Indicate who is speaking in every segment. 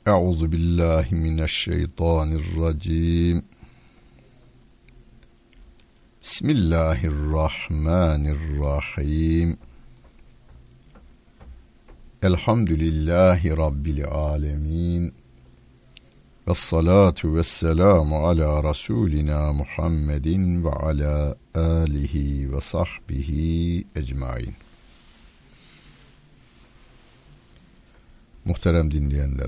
Speaker 1: Euzu billahi mineşşeytanirracim. Bismillahirrahmanirrahim. Elhamdülillahi rabbil alamin. Vessalatu vesselamu ala rasulina Muhammedin ve ala alihi ve sahbihi ecmaîn. Muhterem dinleyenler,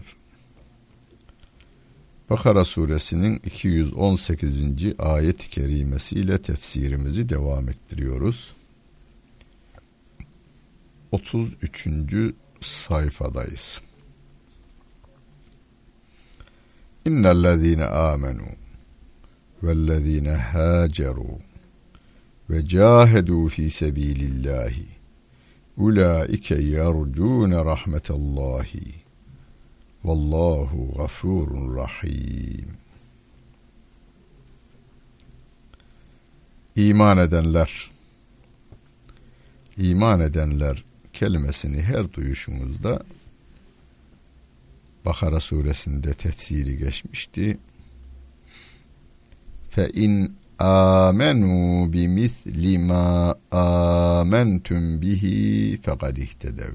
Speaker 1: Bakara suresinin 218. ayet-i kerimesiyle tefsirimizi devam ettiriyoruz. 33. sayfadayız. İnnellezîne âmenû vellezîne hâcerû ve câhedû fî sebîlillâhi ulaike yercûne rahmetallâhi vallahu gafurun rahim. İman edenler kelimesini her duyuşumuzda Bakara suresinde tefsiri geçmişti. Fe in amenu bimisli ma amentum bihi fekad ihtedev.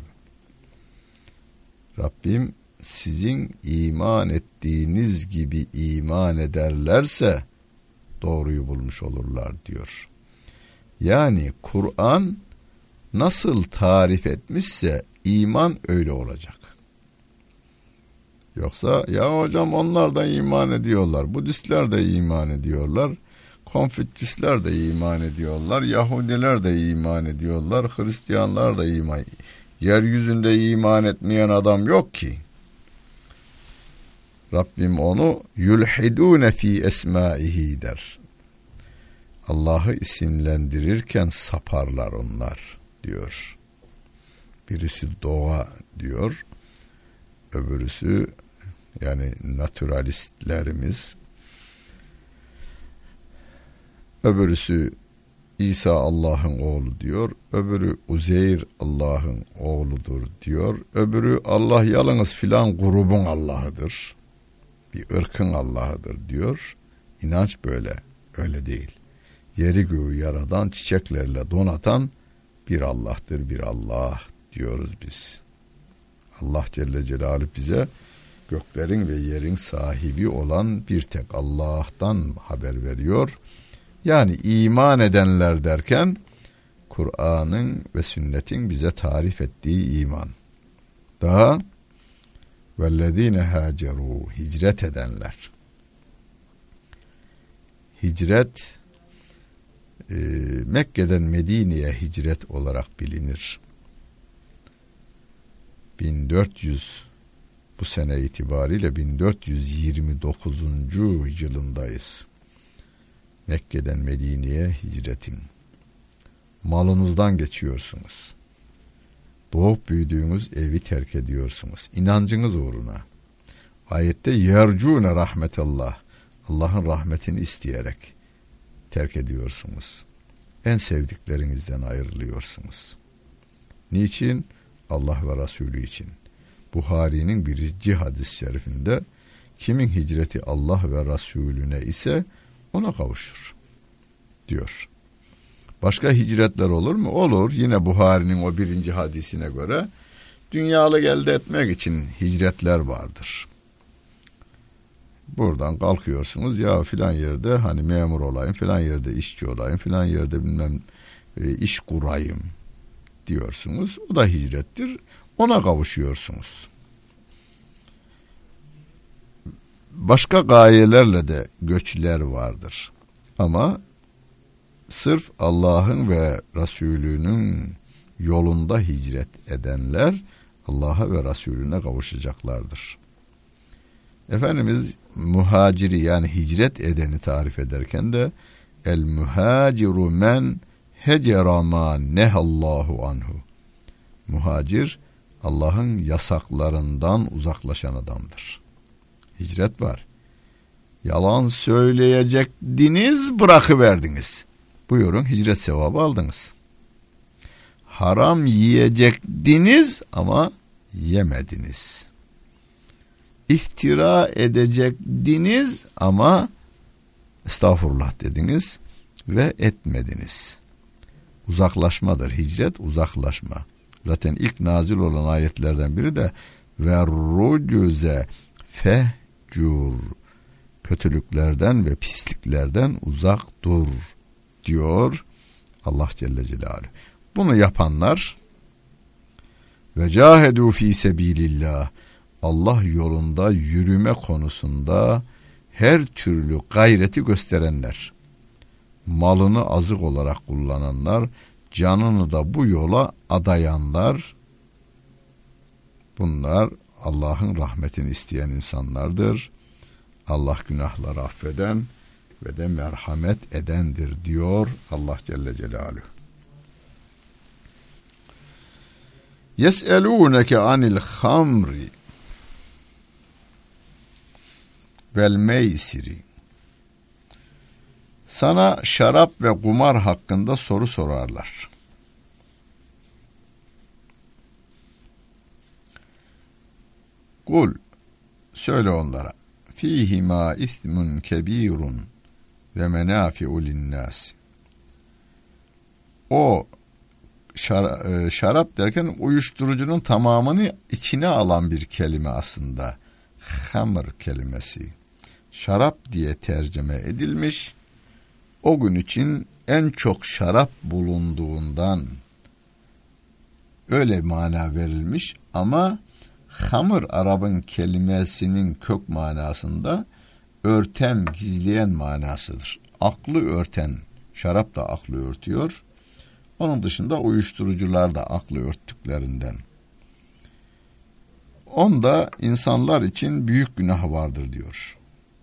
Speaker 1: Rabbim sizin iman ettiğiniz gibi iman ederlerse doğruyu bulmuş olurlar diyor. Yani Kur'an nasıl tarif etmişse iman öyle olacak. Yoksa ya hocam onlar da iman ediyorlar, Budistler de iman ediyorlar, Konfüçyüsler de iman ediyorlar, Yahudiler de iman ediyorlar, Hristiyanlar da iman. Yeryüzünde iman etmeyen adam yok ki. Rabbim onu yulhidûne fî esmâihi der. Allah'ı isimlendirirken saparlar onlar diyor. Birisi doğa diyor, öbürüsü yani naturalistlerimiz, öbürüsü İsa Allah'ın oğlu diyor, öbürü Uzeyr Allah'ın oğludur diyor, öbürü Allah yalnız filan grubun Allah'ıdır, bir ırkın Allah'ıdır diyor. İnanç böyle, öyle değil. Yeri göğü yaradan, çiçeklerle donatan bir Allah'tır, bir Allah diyoruz biz. Allah Celle Celaluhu bize göklerin ve yerin sahibi olan bir tek Allah'tan haber veriyor. Yani iman edenler derken Kur'an'ın ve sünnetin bize tarif ettiği iman. Daha vellezîne hâcerû, hicret edenler. Hicret Mekke'den Medine'ye hicret olarak bilinir. 1400 bu sene itibariyle 1429. yılındayız. Mekke'den Medine'ye hicretin. Malınızdan geçiyorsunuz. Doğup büyüdüğünüz evi terk ediyorsunuz. İnancınız uğruna. Ayette yercûne rahmetallah, Allah'ın rahmetini isteyerek terk ediyorsunuz. En sevdiklerinizden ayrılıyorsunuz. Niçin? Allah ve Resulü için. Buhari'nin birinci hadis-i şerifinde kimin hicreti Allah ve Resulüne ise ona kavuşur diyor. Başka hicretler olur mu? Olur. Yine Buhari'nin o birinci hadisine göre dünyalık elde etmek için hicretler vardır. Buradan kalkıyorsunuz, ya filan yerde hani memur olayım, filan yerde işçi olayım, filan yerde bilmem iş kurayım diyorsunuz. O da hicrettir. Ona kavuşuyorsunuz. Başka gayelerle de göçler vardır. Ama sırf Allah'ın ve Resulünün yolunda hicret edenler Allah'a ve Resulüne kavuşacaklardır. Efendimiz muhaciri yani hicret edeni tarif ederken de el muhaciru men hecera ma nehallahu anhu. Muhacir Allah'ın yasaklarından uzaklaşan adamdır. Hicret var. Yalan söyleyecektiniz, bırakıverdiniz. Buyurun, hicret sevabı aldınız. Haram yiyecektiniz ama yemediniz. İftira edecektiniz ama estağfurullah dediniz ve etmediniz. Uzaklaşmadır. Hicret uzaklaşma. Zaten ilk nazil olan ayetlerden biri de ve rucuze fehcur, kötülüklerden ve pisliklerden uzak dur diyor Allah Celle Celaluhu. Bunu yapanlar ve cahedu fi sebilillah, Allah yolunda yürüme konusunda her türlü gayreti gösterenler, malını azık olarak kullananlar, canını da bu yola adayanlar, bunlar Allah'ın rahmetini isteyen insanlardır. Allah günahları affeden ve de merhamet edendir diyor Allah Celle Celaluhu. Yes'elûneke anil hamri vel meysiri. Sana şarap ve kumar hakkında soru sorarlar. Kul, söyle onlara, fîhimâ ismun kebîrun ve menâfi'u linnâs. O şarap derken uyuşturucunun tamamını içine alan bir kelime aslında. Hamr kelimesi. Şarap diye tercüme edilmiş. O gün için en çok şarap bulunduğundan öyle mana verilmiş ama hamr Arap'ın kelimesinin kök manasında örten, gizleyen manasıdır. Aklı örten, şarap da aklı örtüyor. Onun dışında uyuşturucular da aklı örttüklerinden. Onda insanlar için büyük günah vardır diyor.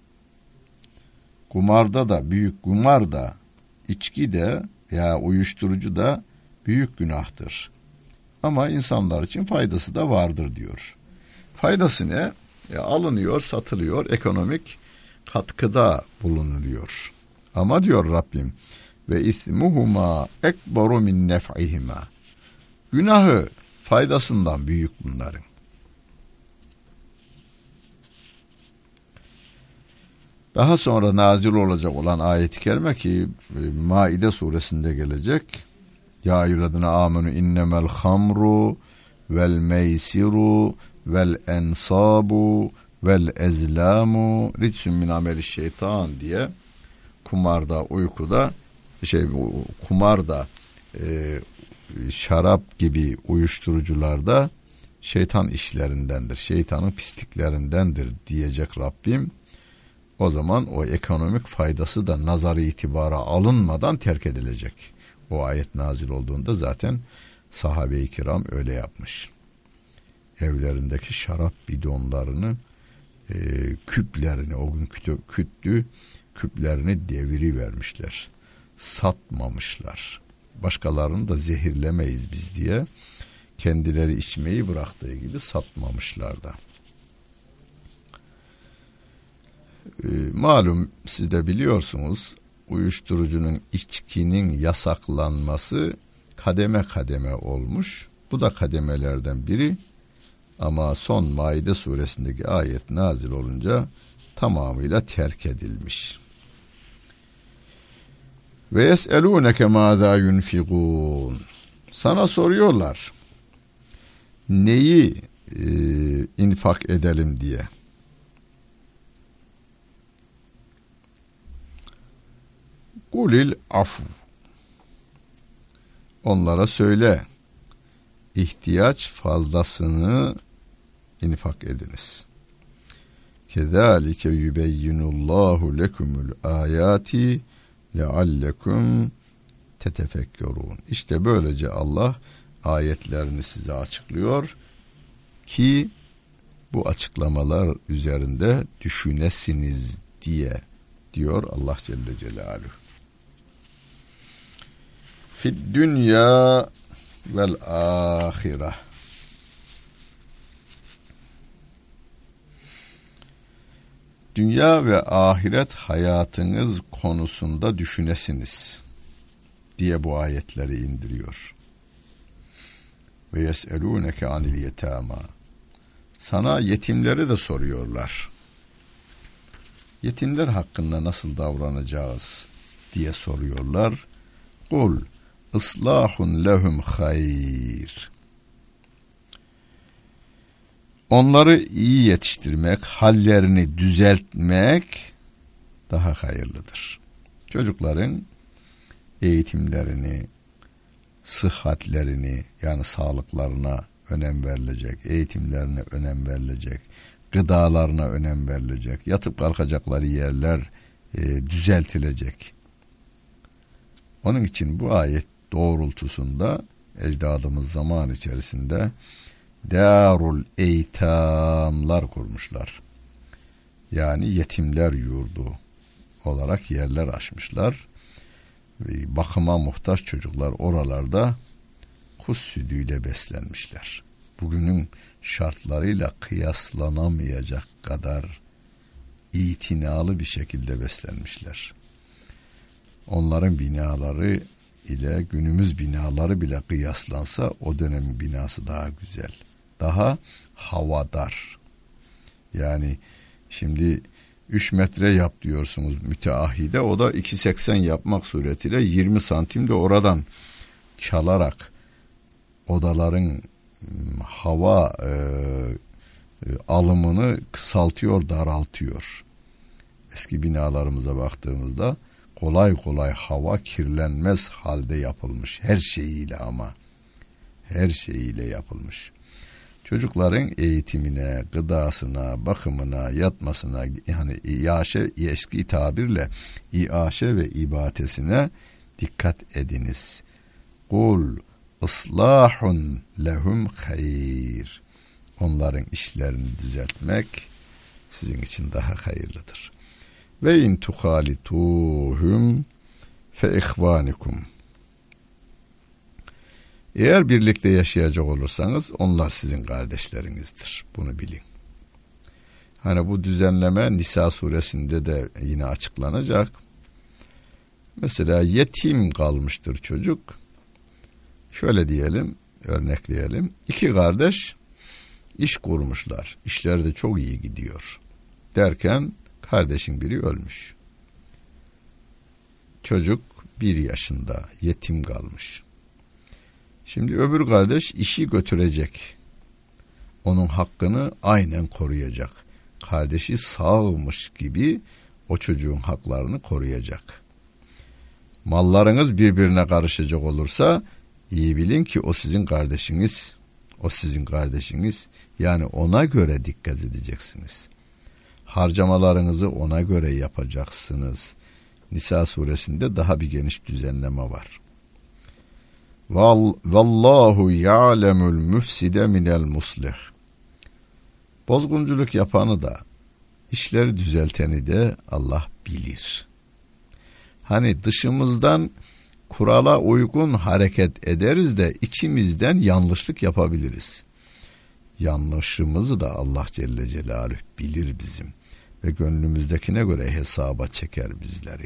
Speaker 1: Kumarda da, büyük kumar da, içki de ya uyuşturucu da büyük günahtır. Ama insanlar için faydası da vardır diyor. Faydası ne? Alınıyor, satılıyor, ekonomik katkıda bulunuluyor. Ama diyor Rabbim, ve ismuhuma ekbaru min nef'ihima. Günahı faydasından büyük bunların. Daha sonra nazil olacak olan ayet-i kerime ki Maide suresinde gelecek. Ya eyyühellezine amenu innemel hamru vel meysiru vel ensabu vel ezlamu ritsun min ameli şeytan diye kumarda, uykuda kumarda, şarap gibi uyuşturucularda şeytan işlerindendir, şeytanın pisliklerindendir diyecek Rabbim. O zaman o ekonomik faydası da nazarı itibara alınmadan terk edilecek. O ayet nazil olduğunda zaten sahabe-i kiram öyle yapmış. Evlerindeki şarap bidonlarını, küplerini, o gün kütlü küplerini devirivermişler. Satmamışlar. Başkalarını da zehirlemeyiz biz diye kendileri içmeyi bıraktığı gibi satmamışlar da. Malum siz de biliyorsunuz, uyuşturucunun, içkinin yasaklanması kademe kademe olmuş. Bu da kademelerden biri. Ama son Maide suresindeki ayet nazil olunca tamamıyla terk edilmiş. Ve yes'elûneke mâzâ yunfikûn. Sana soruyorlar, neyi infak edelim diye. Kulil afu. Onlara söyle, ihtiyaç fazlasını infak ediniz. Kezalike yubeyyinullahu lekumul ayati leallekum tetefekkerun. İşte böylece Allah ayetlerini size açıklıyor ki bu açıklamalar üzerinde düşünesiniz diye diyor Allah Celle Celaluhu. Fid dünya vel ahire. Dünya ve ahiret hayatınız konusunda düşünesiniz diye bu ayetleri indiriyor. Ve yes'elûneke anil yetâmâ. Sana yetimleri de soruyorlar. Yetimler hakkında nasıl davranacağız diye soruyorlar. Kul ıslahun lehum hayr. Onları iyi yetiştirmek, hallerini düzeltmek daha hayırlıdır. Çocukların eğitimlerini, sıhhatlerini, yani sağlıklarına önem verilecek, eğitimlerine önem verilecek, gıdalarına önem verilecek, yatıp kalkacakları yerler düzeltilecek. Onun için bu ayet doğrultusunda ecdadımız zaman içerisinde Darul Eytamlar kurmuşlar. Yani yetimler yurdu olarak yerler açmışlar. Bakıma muhtaç çocuklar oralarda kuş sütüyle beslenmişler. Bugünün şartlarıyla kıyaslanamayacak kadar itinalı bir şekilde beslenmişler. Onların binaları ile günümüz binaları bile kıyaslansa o dönemin binası daha güzel. Daha havadar. Yani şimdi 3 metre yap diyorsunuz müteahhide, o da 2,80 yapmak suretiyle 20 santim de oradan çalarak odaların hava alımını kısaltıyor, daraltıyor. Eski binalarımıza baktığımızda kolay kolay hava kirlenmez halde yapılmış. Her şeyiyle ama. Her şeyiyle yapılmış. Çocukların eğitimine, gıdasına, bakımına, yatmasına, yani iaşe, eski tabirle iaşe ve ibadetine dikkat ediniz. Kul ıslahun lehum hayr. Onların işlerini düzeltmek sizin için daha hayırlıdır. Ve in tuhalituhum fe ihvanikum. Eğer birlikte yaşayacak olursanız onlar sizin kardeşlerinizdir. Bunu bilin. Hani bu düzenleme Nisa suresinde de yine açıklanacak. Mesela yetim kalmıştır çocuk. Şöyle diyelim, örnekleyelim. 2 kardeş iş kurmuşlar. İşleri de çok iyi gidiyor. Derken kardeşin biri ölmüş. Çocuk 1 yaşında yetim kalmış. Şimdi öbür kardeş işi götürecek. Onun hakkını aynen koruyacak. Kardeşi sağmış gibi o çocuğun haklarını koruyacak. Mallarınız birbirine karışacak olursa iyi bilin ki o sizin kardeşiniz. O sizin kardeşiniz. Yani ona göre dikkat edeceksiniz. Harcamalarınızı ona göre yapacaksınız. Nisa suresinde daha bir geniş düzenleme var. Vallahu ya'lemul müfside minel muslih. Bozgunculuk yapanı da, işleri düzelteni de Allah bilir. Hani dışımızdan kurala uygun hareket ederiz de içimizden yanlışlık yapabiliriz. Yanlışımızı da Allah Celle Celaluhu bilir bizim ve gönlümüzdekine göre hesaba çeker bizleri.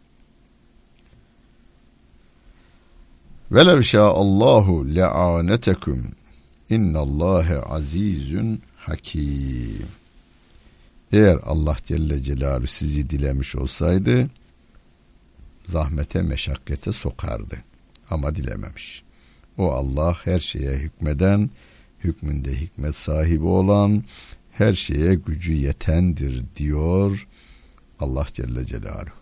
Speaker 1: Velev şâallahu le'ânetekum innallâhe azîzün hakim. Eğer Allah Celle Celaluhu sizi dilemiş olsaydı zahmete, meşakkate sokardı. Ama dilememiş. O Allah her şeye hükmeden, hükmünde hikmet sahibi olan, her şeye gücü yetendir diyor Allah Celle Celaluhu.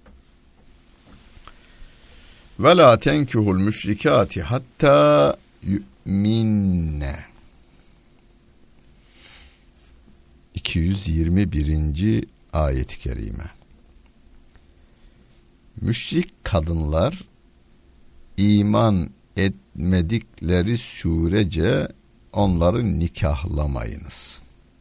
Speaker 1: Ve la tenkihul müşrikati hatta yu'minne. 221. ayet-i kerime. Müşrik kadınlar iman etmedikleri sürece onları nikahlamayınız.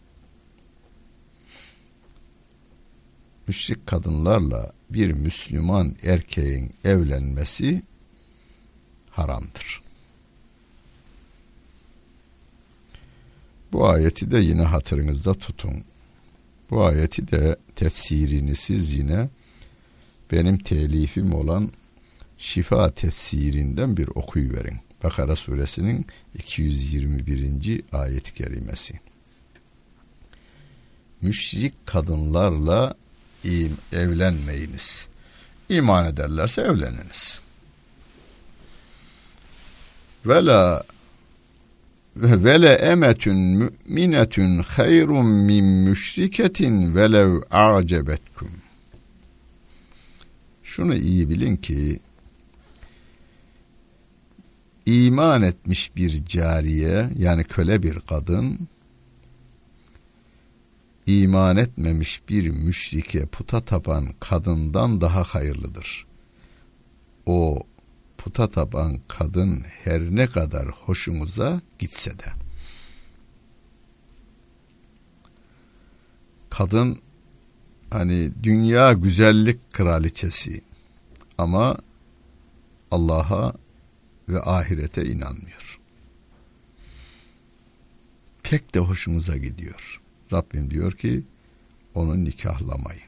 Speaker 1: Müşrik kadınlarla bir Müslüman erkeğin evlenmesi haramdır. Bu ayeti de yine hatırınızda tutun. Bu ayeti de tefsirini siz yine benim telifim olan Şifa tefsirinden bir okuyuverin. Bakara suresinin 221. ayet-i kerimesi. müşrik kadınlarla evlenmeyiniz. İman ederlerse evleniniz. Vele emetun müminetun hayrun min müşriketin velev a'cebetkum. Şunu iyi bilin ki iman etmiş bir cariye, yani köle bir kadın, iman etmemiş bir müşrike, puta tapan kadından daha hayırlıdır. O puta tapan kadın her ne kadar hoşunuza gitse de. Kadın hani dünya güzellik kraliçesi ama Allah'a ve ahirete inanmıyor. Pek de hoşunuza gidiyor. Rabbim diyor ki onu nikahlamayın.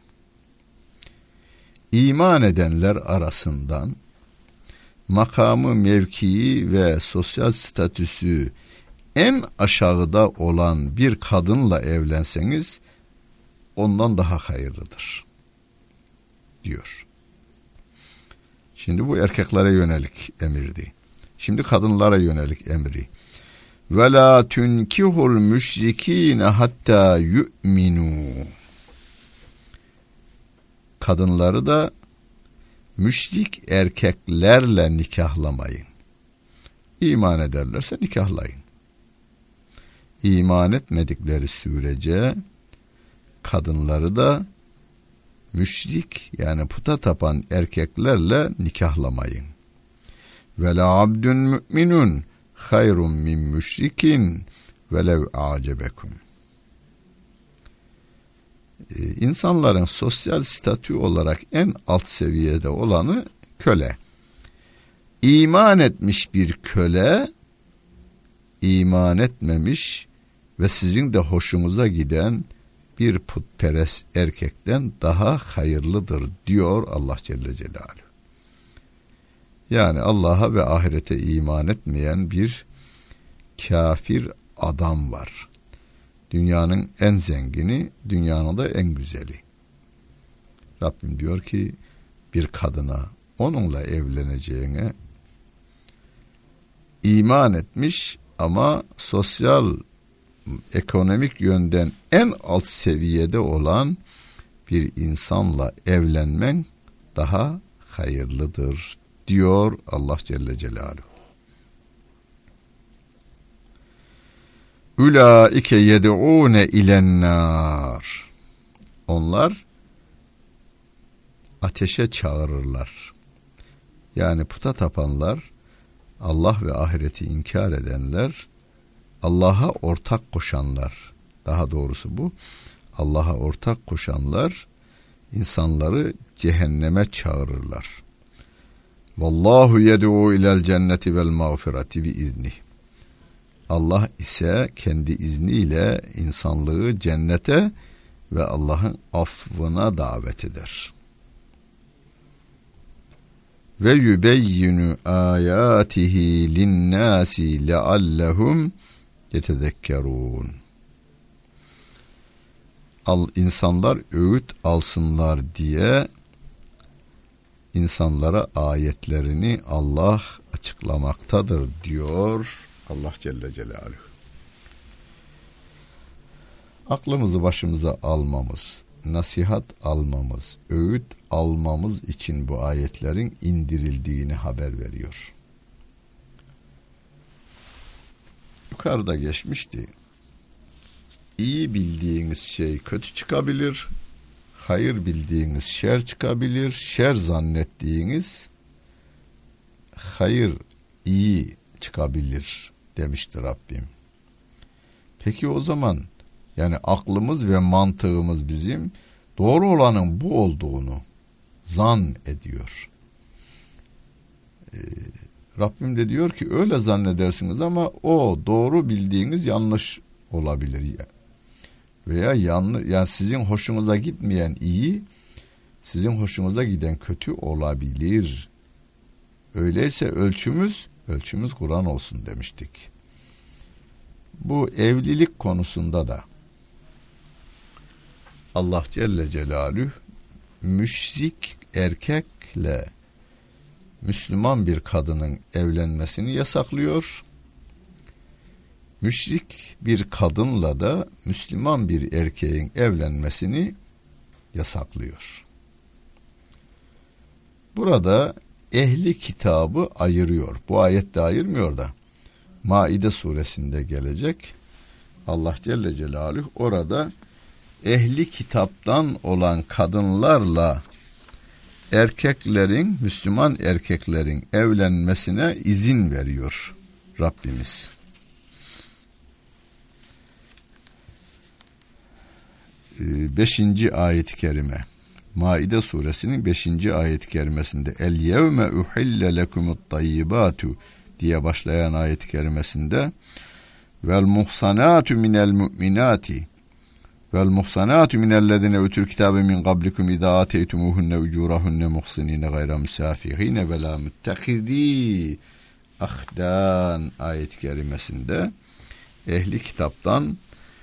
Speaker 1: İman edenler arasından makamı, mevkii ve sosyal statüsü en aşağıda olan bir kadınla evlenseniz ondan daha hayırlıdır diyor. Şimdi bu erkeklere yönelik emirdi. Şimdi kadınlara yönelik emri. Ve la tunkihul müşrikine hatta yu'minu. Kadınları da müşrik erkeklerle nikahlamayın. İman ederlerse nikahlayın. İman etmedikleri sürece kadınları da müşrik, yani puta tapan erkeklerle nikahlamayın. Ve la abdun müminun hayrun min müşrikin velev a'cebekum. İnsanların sosyal statü olarak en alt seviyede olanı köle. İman etmiş bir köle, iman etmemiş ve sizin de hoşunuza giden bir putperest erkekten daha hayırlıdır diyor Allah Celle Celaluhu. Yani Allah'a ve ahirete iman etmeyen bir kafir adam var. Dünyanın en zengini, dünyanın da en güzeli. Rabbim diyor ki bir kadına onunla evleneceğine iman etmiş ama sosyal, ekonomik yönden en alt seviyede olan bir insanla evlenmen daha hayırlıdır diyor Allah Celle Celaluhu. Ulaike yed'ûne ilennâr. Onlar ateşe çağırırlar. Yani puta tapanlar, Allah ve ahireti inkar edenler, Allah'a ortak koşanlar, daha doğrusu bu, Allah'a ortak koşanlar insanları cehenneme çağırırlar. Vallahu yed'u ilel cenneti vel mağfireti bi izni. Allah ise kendi izniyle insanlığı cennete ve Allah'ın affına davet eder. Ve yubeyyinu ayatihi linnâsi leallehum yetezekkerûn. İnsanlar öğüt alsınlar diye insanlara ayetlerini Allah açıklamaktadır diyor Allah Celle Celaluhu. Aklımızı başımıza almamız, nasihat almamız, öğüt almamız için bu ayetlerin indirildiğini haber veriyor. Yukarıda geçmişti. İyi bildiğiniz şey kötü çıkabilir, hayır bildiğiniz şer çıkabilir, şer zannettiğiniz hayır, iyi çıkabilir demişti Rabbim. Peki o zaman yani aklımız ve mantığımız bizim doğru olanın bu olduğunu zan ediyor. Rabbim de diyor ki öyle zannedersiniz ama o doğru bildiğiniz yanlış olabilir ya. Veya yanlış, yani sizin hoşunuza gitmeyen iyi, sizin hoşunuza giden kötü olabilir. Öyleyse ölçümüz Kur'an olsun demiştik. Bu evlilik konusunda da Allah Celle Celaluhu müşrik erkekle Müslüman bir kadının evlenmesini yasaklıyor. Müşrik bir kadınla da Müslüman bir erkeğin evlenmesini yasaklıyor. Burada ehli kitabı ayırıyor. Bu ayette ayırmıyor da Maide suresinde gelecek. Allah Celle Celaluhu orada ehli kitaptan olan kadınlarla erkeklerin, Müslüman erkeklerin evlenmesine izin veriyor Rabbimiz. 5. ayet-i kerime, Maide suresinin 5. ayet-i kerimesinde el yevme uhille lekumut tayyibatu diye başlayan ayet-i kerimesinde vel muhsanatu minel mu'minati vel muhsanatu minellezine utul kitabe min qablikum idâ ateytumuhunne ucurahunne muhsinine gayra musafihine ve la muttehidî ahdan ayet-i kerimesinde ehli kitaptan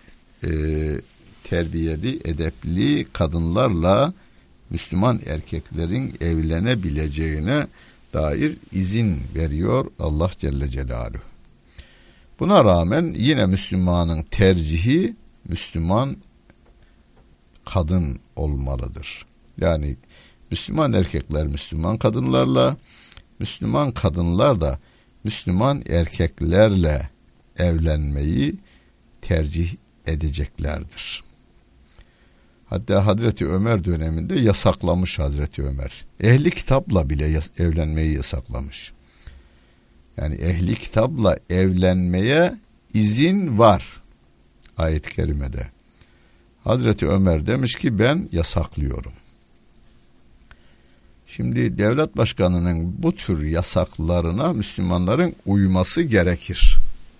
Speaker 1: terbiyeli, edepli kadınlarla Müslüman erkeklerin evlenebileceğine dair izin veriyor Allah Celle Celaluhu. Buna rağmen yine Müslümanın tercihi Müslüman kadın olmalıdır. Yani Müslüman erkekler Müslüman kadınlarla, Müslüman kadınlar da Müslüman erkeklerle evlenmeyi tercih edeceklerdir. Hatta Hazreti Ömer döneminde yasaklamış Hazreti Ömer. Ehli kitapla bile evlenmeyi yasaklamış. Yani ehli kitapla evlenmeye izin var ayet-i kerimede. Hazreti Ömer demiş ki ben yasaklıyorum. Şimdi devlet başkanının bu tür yasaklarına Müslümanların uyması gerekir.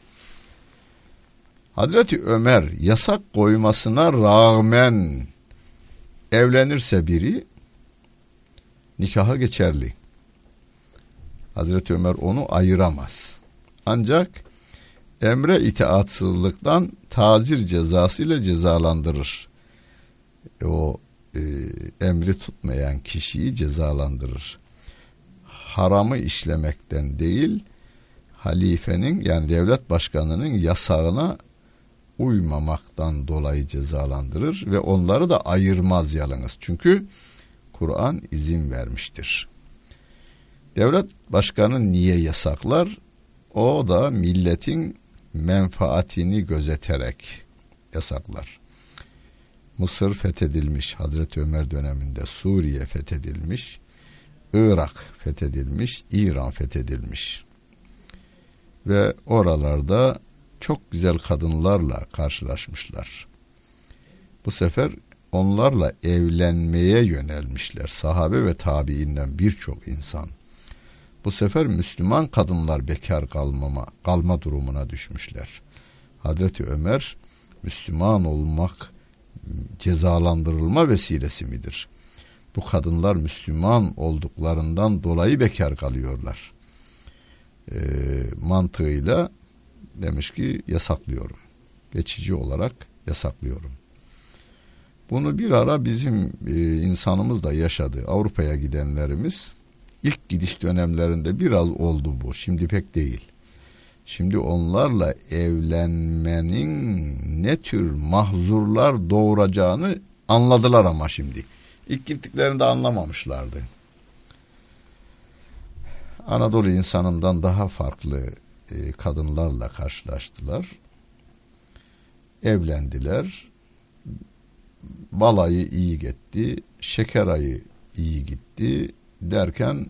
Speaker 1: Hazreti Ömer yasak koymasına rağmen evlenirse biri nikaha geçerli. Hazreti Ömer onu ayıramaz. Ancak emre itaatsızlıktan tazir cezası ile cezalandırır. O emri tutmayan kişiyi cezalandırır. Haramı işlemekten değil, halifenin yani devlet başkanının yasağına uymamaktan dolayı cezalandırır ve onları da ayırmaz yalnız. Çünkü Kur'an izin vermiştir. Devlet başkanı niye yasaklar? O da milletin menfaatini gözeterek yasaklar. Mısır fethedilmiş Hazreti Ömer döneminde, Suriye fethedilmiş, Irak fethedilmiş, İran fethedilmiş. Ve oralarda çok güzel kadınlarla karşılaşmışlar. Bu sefer onlarla evlenmeye yönelmişler. Sahabe ve tabiinden birçok insan. Bu sefer Müslüman kadınlar bekar kalma durumuna düşmüşler. Hazreti Ömer, Müslüman olmak cezalandırılma vesilesi midir? Bu kadınlar Müslüman olduklarından dolayı bekar kalıyorlar. Mantığıyla demiş ki yasaklıyorum. Geçici olarak yasaklıyorum. Bunu bir ara bizim insanımız da yaşadı. Avrupa'ya gidenlerimiz ilk gidiş dönemlerinde biraz oldu bu. Şimdi pek değil. Şimdi onlarla evlenmenin ne tür mahzurlar doğuracağını anladılar ama şimdi. İlk gittiklerinde anlamamışlardı. Anadolu insanından daha farklı kadınlarla karşılaştılar. Evlendiler. Balayı iyi gitti. Şeker ayı iyi gitti. Derken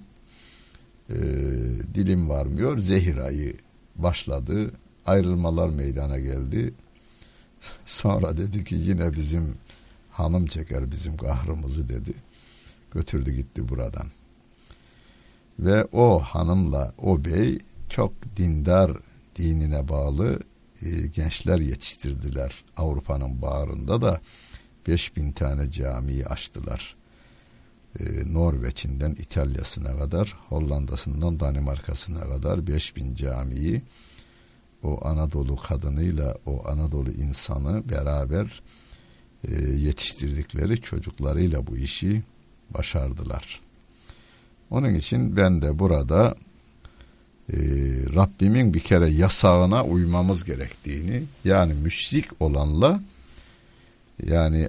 Speaker 1: dilim varmıyor. Zehir ayı başladı. Ayrılmalar meydana geldi. Sonra dedi ki yine bizim hanım çeker bizim kahrımızı dedi. Götürdü gitti buradan. Ve o hanımla o bey çok dindar, dinine bağlı gençler yetiştirdiler. Avrupa'nın bağrında da 5000 tane camiyi açtılar. Norveç'inden İtalya'sına kadar, Hollanda'sından Danimarka'sına kadar 5000 camiyi o Anadolu kadınıyla o Anadolu insanı beraber yetiştirdikleri çocuklarıyla bu işi başardılar. Onun için ben de burada Rabbimin bir kere yasağına uymamız gerektiğini, yani müşrik olanla, yani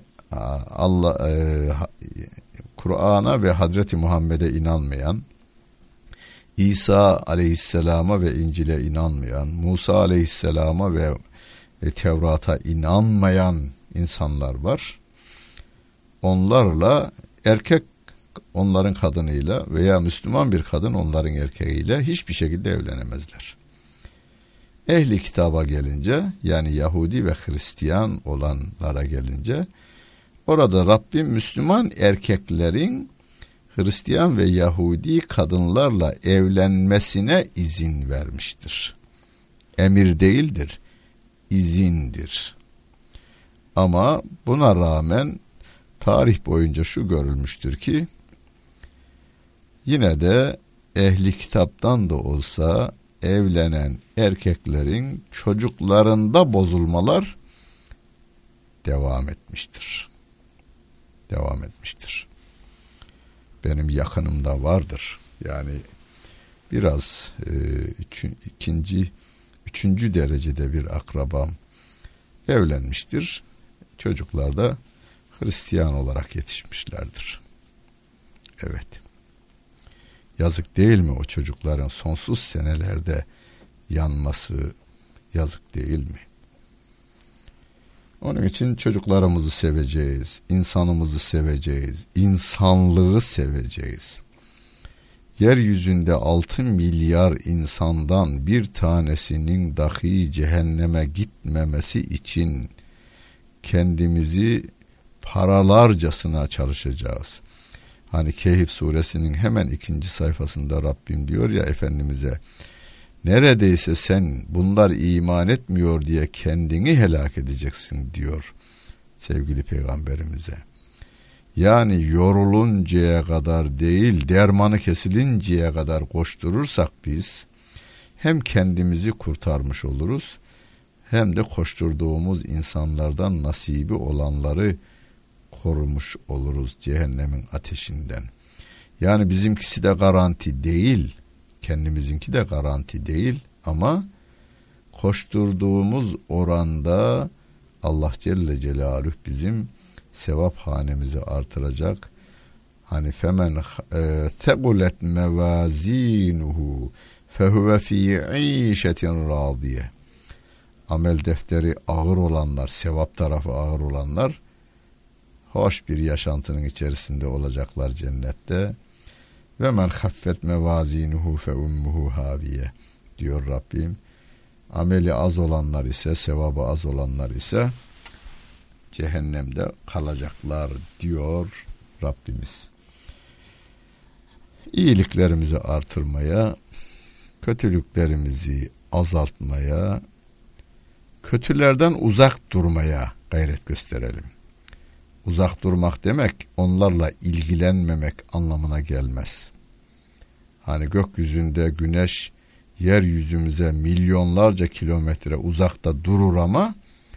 Speaker 1: Kur'an'a ve Hazreti Muhammed'e inanmayan, İsa Aleyhisselam'a ve İncil'e inanmayan, Musa Aleyhisselam'a ve Tevrat'a inanmayan insanlar var. Onlarla erkek onların kadınıyla veya Müslüman bir kadın onların erkeğiyle hiçbir şekilde evlenemezler. Ehli kitaba gelince, yani Yahudi ve Hristiyan olanlara gelince, orada Rabbim Müslüman erkeklerin Hristiyan ve Yahudi kadınlarla evlenmesine izin vermiştir. Emir değildir, izindir. Ama buna rağmen tarih boyunca şu görülmüştür ki, yine de ehli kitaptan da olsa evlenen erkeklerin çocuklarında bozulmalar devam etmiştir. Devam etmiştir. Benim yakınımda vardır. Yani biraz üçüncü derecede bir akrabam evlenmiştir. Çocuklar da Hristiyan olarak yetişmişlerdir. Evet. Yazık değil mi o çocukların sonsuz senelerde yanması, yazık değil mi? Onun için çocuklarımızı seveceğiz, insanımızı seveceğiz, insanlığı seveceğiz. Yeryüzünde 6 milyar insandan bir tanesinin dahi cehenneme gitmemesi için kendimizi paralarcasına çalışacağız. Hani Kehf suresinin hemen 2. sayfasında Rabbim diyor ya Efendimiz'e, neredeyse sen bunlar iman etmiyor diye kendini helak edeceksin diyor sevgili peygamberimize. Yani yoruluncaya kadar değil, dermanı kesilinceye kadar koşturursak biz hem kendimizi kurtarmış oluruz, hem de koşturduğumuz insanlardan nasibi olanları korumuş oluruz cehennemin ateşinden. Yani bizimkisi de garanti değil, kendimizinki de garanti değil, ama koşturduğumuz oranda Allah Celle Celaluhu bizim sevap hanemizi artıracak. Hani femen tegulet mevazinuhu fehuve fi işetin radiye. Amel defteri ağır olanlar, sevap tarafı ağır olanlar hoş bir yaşantının içerisinde olacaklar cennette. Ve men haffet mevazinuhu fe ummuhu haviye diyor Rabbim. Ameli az olanlar ise, sevabı az olanlar ise cehennemde kalacaklar diyor Rabbimiz. İyiliklerimizi artırmaya, kötülüklerimizi azaltmaya, kötülerden uzak durmaya gayret gösterelim. Uzak durmak demek onlarla ilgilenmemek anlamına gelmez. Hani gökyüzünde güneş yeryüzümüze milyonlarca kilometre uzakta durur ama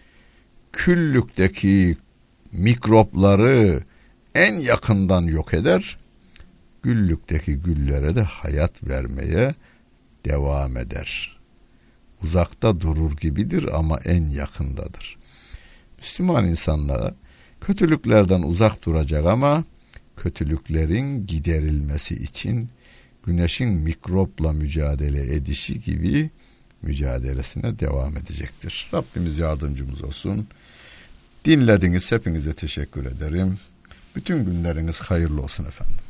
Speaker 1: küllükteki mikropları en yakından yok eder. Güllükteki güllere de hayat vermeye devam eder. Uzakta durur gibidir ama en yakındadır. Müslüman insanlar kötülüklerden uzak duracak ama kötülüklerin giderilmesi için güneşin mikropla mücadele edişi gibi mücadelesine devam edecektir. Rabbimiz yardımcımız olsun. Dinlediniz, hepinize teşekkür ederim. Bütün günleriniz hayırlı olsun efendim.